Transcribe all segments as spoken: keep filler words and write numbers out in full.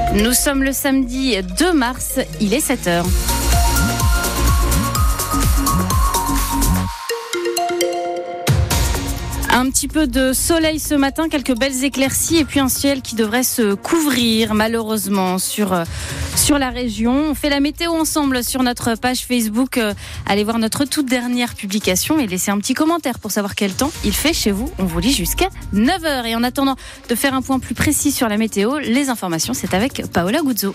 Nous sommes le samedi deux mars, il est sept heures. Un petit peu de soleil ce matin, quelques belles éclaircies et puis un ciel qui devrait se couvrir malheureusement sur, sur la région. On fait la météo ensemble sur notre page Facebook. Allez voir notre toute dernière publication et laissez un petit commentaire pour savoir quel temps il fait chez vous. On vous lit jusqu'à neuf heures. Et en attendant de faire un point plus précis sur la météo, les informations, c'est avec Paola Guzzo.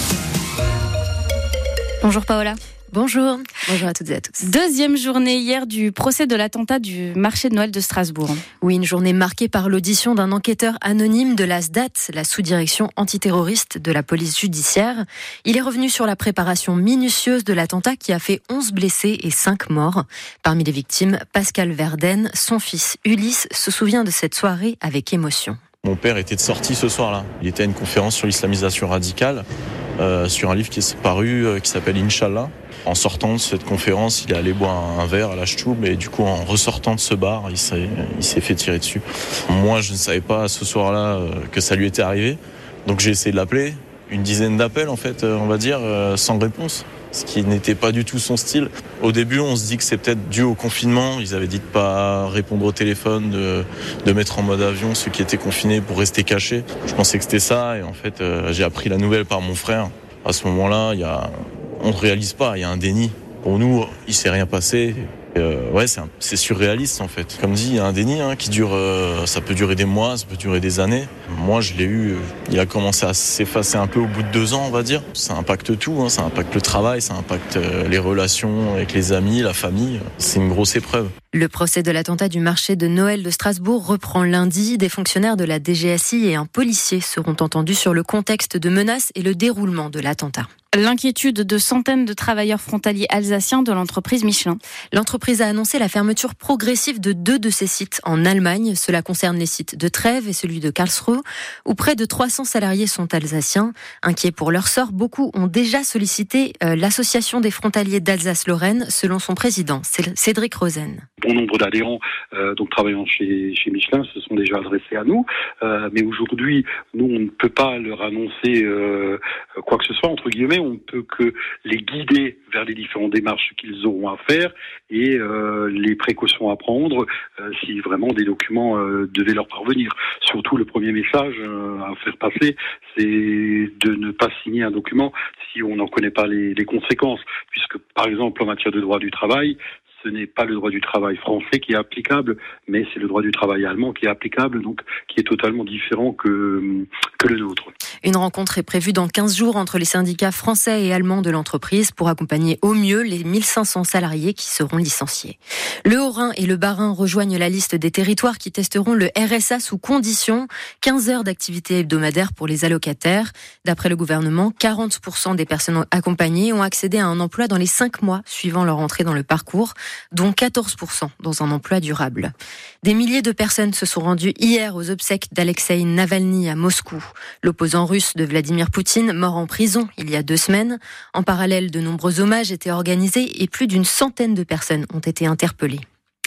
Bonjour Paola. Bonjour, bonjour à toutes et à tous. Deuxième journée hier du procès de l'attentat du marché de Noël de Strasbourg. Oui, une journée marquée par l'audition d'un enquêteur anonyme de la S D A T, la sous-direction antiterroriste de la police judiciaire. Il est revenu sur la préparation minutieuse de l'attentat qui a fait onze blessés et cinq morts. Parmi les victimes, Pascal Verden, son fils Ulysse, se souvient de cette soirée avec émotion. Mon père était de sortie ce soir-là. Il était à une conférence sur l'islamisation radicale, euh, sur un livre qui est paru, euh, qui s'appelle Inch'Allah. En sortant de cette conférence, il est allé boire un verre à la Stub et du coup, en ressortant de ce bar, il s'est, il s'est fait tirer dessus. Moi, je ne savais pas ce soir-là euh, que ça lui était arrivé. Donc j'ai essayé de l'appeler. Une dizaine d'appels, en fait, euh, on va dire, euh, sans réponse. Ce qui n'était pas du tout son style. Au début, on se dit que c'est peut-être dû au confinement. Ils avaient dit de pas répondre au téléphone, de, de mettre en mode avion ceux qui étaient confinés pour rester cachés. Je pensais que c'était ça et en fait, euh, j'ai appris la nouvelle par mon frère. À ce moment-là, il y a, on ne réalise pas, il y a un déni. Pour nous, il s'est rien passé. Euh, ouais, c'est, un, c'est surréaliste en fait. Comme dit, il y a un déni hein, qui dure, euh, ça peut durer des mois, ça peut durer des années. Moi, je l'ai eu, euh, il a commencé à s'effacer un peu au bout de deux ans, on va dire. Ça impacte tout, hein, ça impacte le travail, ça impacte euh, les relations avec les amis, la famille. C'est une grosse épreuve. Le procès de l'attentat du marché de Noël de Strasbourg reprend lundi. Des fonctionnaires de la D G S I et un policier seront entendus sur le contexte de menaces et le déroulement de l'attentat. L'inquiétude de centaines de travailleurs frontaliers alsaciens de l'entreprise Michelin. L'entreprise a annoncé la fermeture progressive de deux de ses sites en Allemagne. Cela concerne les sites de Trèves et celui de Karlsruhe, où près de trois cents salariés sont alsaciens. Inquiets pour leur sort, beaucoup ont déjà sollicité euh, l'association des frontaliers d'Alsace-Lorraine, selon son président, Cédric Rosen. Bon nombre d'adhérents euh, donc travaillant chez, chez Michelin se sont déjà adressés à nous, euh, mais aujourd'hui, nous, on ne peut pas leur annoncer euh, quoi que ce soit, entre guillemets. On ne peut que les guider vers les différentes démarches qu'ils auront à faire et euh, les précautions à prendre euh, si vraiment des documents euh, devaient leur parvenir. Surtout, le premier message euh, à faire passer, c'est de ne pas signer un document si on n'en connaît pas les, les conséquences, puisque par exemple en matière de droit du travail, ce n'est pas le droit du travail français qui est applicable, mais c'est le droit du travail allemand qui est applicable, donc qui est totalement différent que, que le nôtre. Une rencontre est prévue dans quinze jours entre les syndicats français et allemands de l'entreprise pour accompagner au mieux les mille cinq cents salariés qui seront licenciés. Le Haut-Rhin et le Bas-Rhin rejoignent la liste des territoires qui testeront le R S A sous condition. quinze heures d'activité hebdomadaire pour les allocataires. D'après le gouvernement, quarante pour cent des personnes accompagnées ont accédé à un emploi dans les cinq mois suivant leur entrée dans le parcours, dont quatorze pour cent dans un emploi durable. Des milliers de personnes se sont rendues hier aux obsèques d'Alexeï Navalny à Moscou. L'opposant russe de Vladimir Poutine, mort en prison il y a deux semaines. En parallèle, de nombreux hommages étaient organisés et plus d'une centaine de personnes ont été interpellées.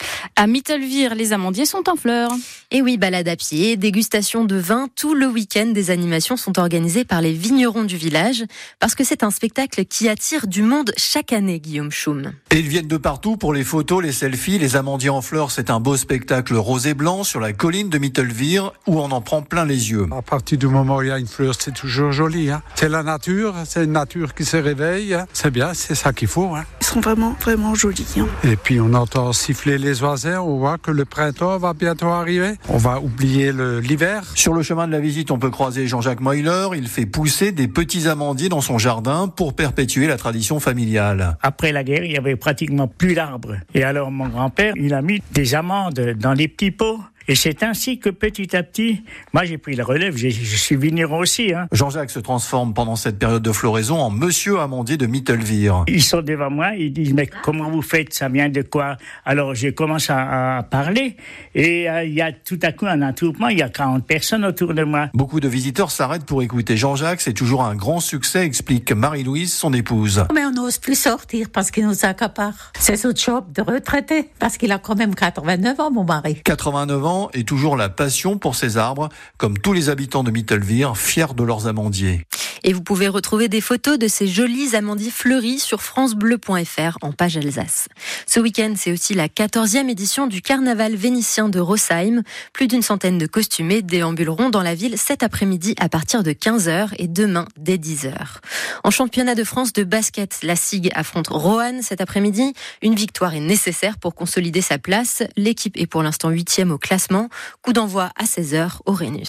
À Mittelwihr, les amandiers sont en fleurs. Et oui, balade à pied, dégustation de vin, tout le week-end, des animations sont organisées par les vignerons du village, parce que c'est un spectacle qui attire du monde chaque année, Guillaume Schum. Et ils viennent de partout pour les photos, les selfies. Les amandiers en fleurs, c'est un beau spectacle rose et blanc sur la colline de Mittelwihr, où on en prend plein les yeux. À partir du moment où il y a une fleur, c'est toujours joli. Hein. C'est la nature, c'est une nature qui se réveille. Hein. C'est bien, c'est ça qu'il faut. Hein. Ils sont vraiment, vraiment jolis. Hein. Et puis on entend siffler les oiseaux, on voit que le printemps va bientôt arriver. On va oublier le, l'hiver. Sur le chemin de la visite, on peut croiser Jean-Jacques Meuler. Il fait pousser des petits amandiers dans son jardin pour perpétuer la tradition familiale. Après la guerre, il y avait pratiquement plus d'arbres. Et alors mon grand-père, il a mis des amandes dans les petits pots. Et c'est ainsi que petit à petit, moi j'ai pris la relève, je, je suis vigneron aussi. Hein. Jean-Jacques se transforme pendant cette période de floraison en monsieur amandier de Mittelwihr. Ils sont devant moi, ils disent mais comment vous faites, ça vient de quoi? Alors je commence à, à parler et il euh, y a tout à coup un attroupement, il y a quarante personnes autour de moi. Beaucoup de visiteurs s'arrêtent pour écouter Jean-Jacques, c'est toujours un grand succès, explique Marie-Louise, son épouse. Mais on n'ose plus sortir parce qu'il nous accapare. C'est son job de retraité parce qu'il a quand même quatre-vingt-neuf ans, mon mari. quatre-vingt-neuf ans et toujours la passion pour ces arbres, comme tous les habitants de Mittelwihr, fiers de leurs amandiers. Et vous pouvez retrouver des photos de ces jolies amandies fleuries sur francebleu point f r en page Alsace. Ce week-end, c'est aussi la quatorzième édition du carnaval vénitien de Rossheim. Plus d'une centaine de costumés déambuleront dans la ville cet après-midi à partir de quinze heures et demain dès dix heures. En championnat de France de basket, la S I G affronte Roanne cet après-midi. Une victoire est nécessaire pour consolider sa place. L'équipe est pour l'instant huitième au classement. Coup d'envoi à seize heures au Rhenus.